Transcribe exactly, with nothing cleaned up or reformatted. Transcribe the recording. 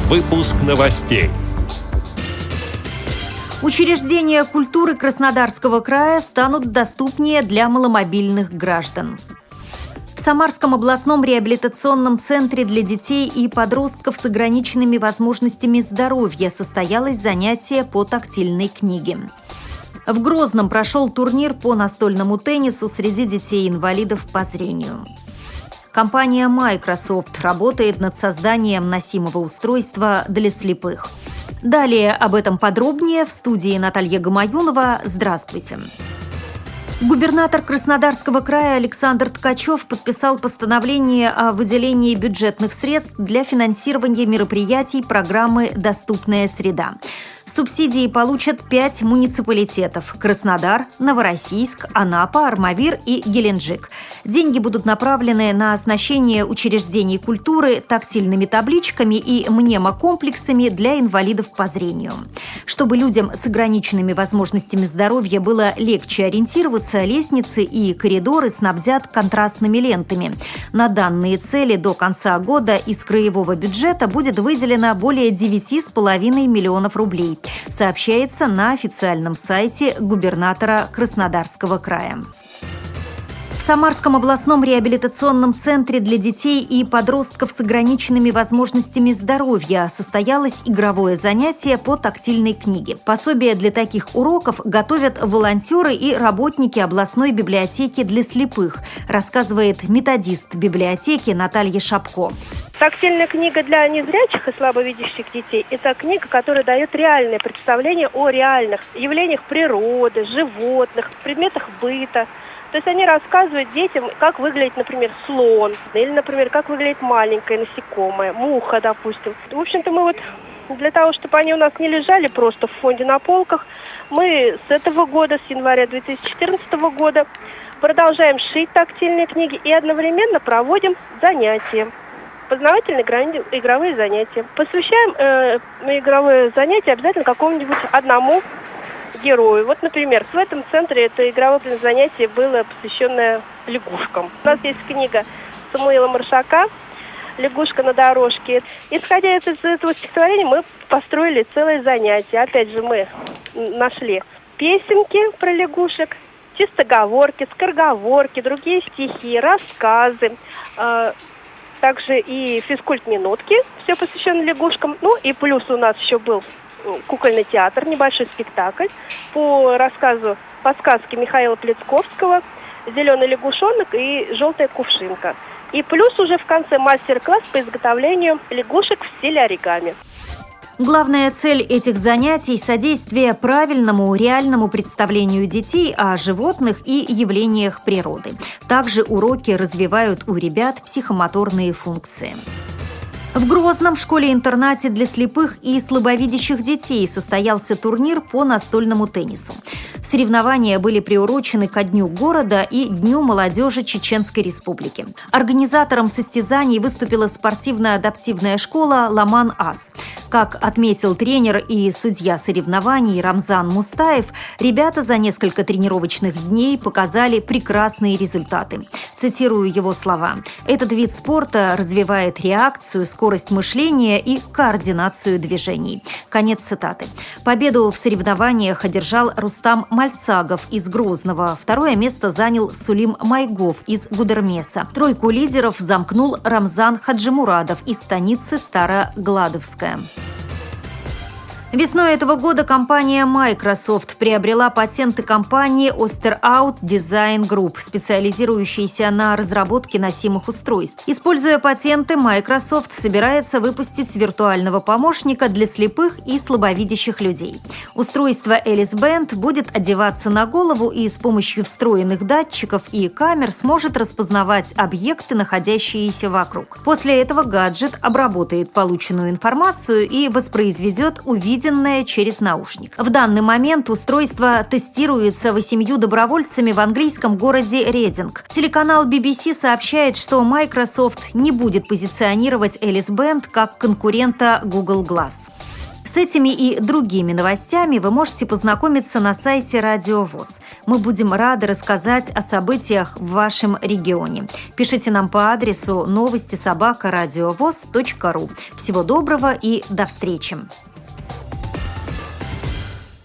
Выпуск новостей. Учреждения культуры Краснодарского края станут доступнее для маломобильных граждан. В Самарском областном реабилитационном центре для детей и подростков с ограниченными возможностями здоровья состоялось занятие по тактильной книге. В Грозном прошел турнир по настольному теннису среди детей-инвалидов по зрению. Компания Microsoft работает над созданием носимого устройства для слепых. Далее об этом подробнее в студии Наталья Гамаюнова. Здравствуйте. Губернатор Краснодарского края Александр Ткачев подписал постановление о выделении бюджетных средств для финансирования мероприятий программы «Доступная среда». Субсидии получат пять муниципалитетов – Краснодар, Новороссийск, Анапа, Армавир и Геленджик. Деньги будут направлены на оснащение учреждений культуры тактильными табличками и мнемокомплексами для инвалидов по зрению. Чтобы людям с ограниченными возможностями здоровья было легче ориентироваться, лестницы и коридоры снабдят контрастными лентами. На данные цели до конца года из краевого бюджета будет выделено более девяти с половиной миллионов рублей, сообщается на официальном сайте губернатора Краснодарского края. В Самарском областном реабилитационном центре для детей и подростков с ограниченными возможностями здоровья состоялось игровое занятие по тактильной книге. Пособия для таких уроков готовят волонтеры и работники областной библиотеки для слепых, рассказывает методист библиотеки Наталья Шапко. Тактильная книга для незрячих и слабовидящих детей – это книга, которая дает реальное представление о реальных явлениях природы, животных, предметах быта. То есть они рассказывают детям, как выглядит, например, слон, или, например, как выглядит маленькое насекомое, муха, допустим. В общем-то, мы вот для того, чтобы они у нас не лежали просто в фонде на полках, мы с этого года, с января две тысячи четырнадцатого года, продолжаем шить тактильные книги и одновременно проводим занятия. Познавательные игровые занятия. Посвящаем э, игровые занятия обязательно какому-нибудь одному герою. Вот, например, в этом центре это игровое занятие было посвященное лягушкам. У нас есть книга Самуила Маршака «Лягушка на дорожке». Исходя из этого стихотворения, мы построили целое занятие. Опять же, мы нашли песенки про лягушек, чистоговорки, скороговорки, другие стихи, рассказы, э, также и физкульт-минутки, все посвящено лягушкам. Ну и плюс у нас еще был кукольный театр, небольшой спектакль по рассказу, по сказке Михаила Плецковского «Зеленый лягушонок» и «Желтая кувшинка». И плюс уже в конце мастер-класс по изготовлению лягушек в стиле оригами. Главная цель этих занятий – содействие правильному, реальному представлению детей о животных и явлениях природы. Также уроки развивают у ребят психомоторные функции. В Грозном в школе-интернате для слепых и слабовидящих детей состоялся турнир по настольному теннису. Соревнования были приурочены ко Дню города и Дню молодежи Чеченской Республики. Организатором состязаний выступила спортивно-адаптивная школа «Ламан-Ас». Как отметил тренер и судья соревнований Рамзан Мустаев, ребята за несколько тренировочных дней показали прекрасные результаты. Цитирую его слова. «Этот вид спорта развивает реакцию, скорость мышления и координацию движений». Конец цитаты. Победу в соревнованиях одержал Рустам Мальцагов из Грозного. Второе место занял Сулим Майгов из Гудермеса. Тройку лидеров замкнул Рамзан Хаджимурадов из станицы Старогладовская. Весной этого года компания Microsoft приобрела патенты компании Osterhout Design Group, специализирующейся на разработке носимых устройств. Используя патенты, Microsoft собирается выпустить виртуального помощника для слепых и слабовидящих людей. Устройство Alice Band будет одеваться на голову и с помощью встроенных датчиков и камер сможет распознавать объекты, находящиеся вокруг. После этого гаджет обработает полученную информацию и воспроизведет увиденное через наушник. В данный момент устройство тестируется восемью добровольцами в английском городе Ридинг. Телеканал би би си сообщает, что Microsoft не будет позиционировать Alice Band как конкурента Google Glass. С этими и другими новостями вы можете познакомиться на сайте Радио ВОС. Мы будем рады рассказать о событиях в вашем регионе. Пишите нам по адресу новости собака радиовос точка ру. Всего доброго и до встречи!